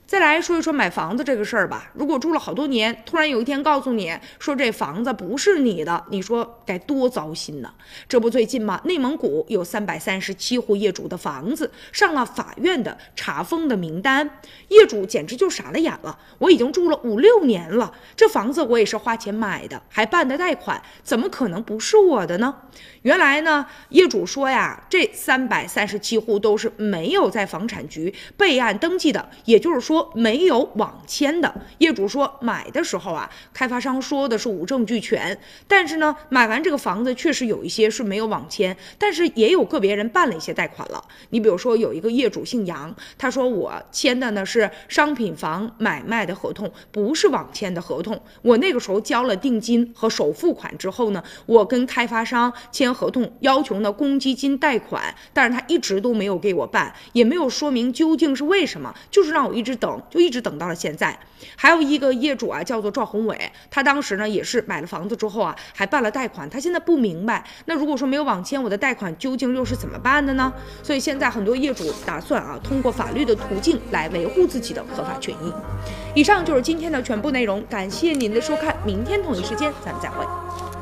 再来说一说买房子这个事儿吧。如果住了好多年，突然有一天告诉你说这房子不是你的，你说该多糟心呢？这不最近吗？内蒙古有337户业主的房子上了法院的查封的名单，业主简直就傻了眼了。我已经住了5、6年了，这房子我也是花钱买的，还办的贷款，怎么可能不是我的呢？原来呢，业主说呀，这337户都是没有在房产局备案登记的，也就是说没有网签的。业主说买的时候啊，开发商说的是无证俱全，但是呢，买完这个房子确实有一些是没有网签，但是也有个别人办了一些贷款了。你比如说有一个业主姓杨，他说我签的呢是商品房买卖的合同，不是网签的合同。我那个时候交了定金和首付款之后呢，我跟开发商签合同，要求呢公积金贷款，但是他一直都没有给我办，也没有说明究竟是为什么，就是让我一直等，就一直等到了现在。还有一个业主啊，叫做赵宏伟，他当时呢也是买了房子之后啊，还办了贷款，他现在不明白，那如果说没有网签，我的贷款究竟又是怎么办的呢？所以现在很多业主打算啊，通过法律的途径来维护自己的合法权益。以上就是今天的全部内容，感谢您的收看，明天同一时间咱们再会。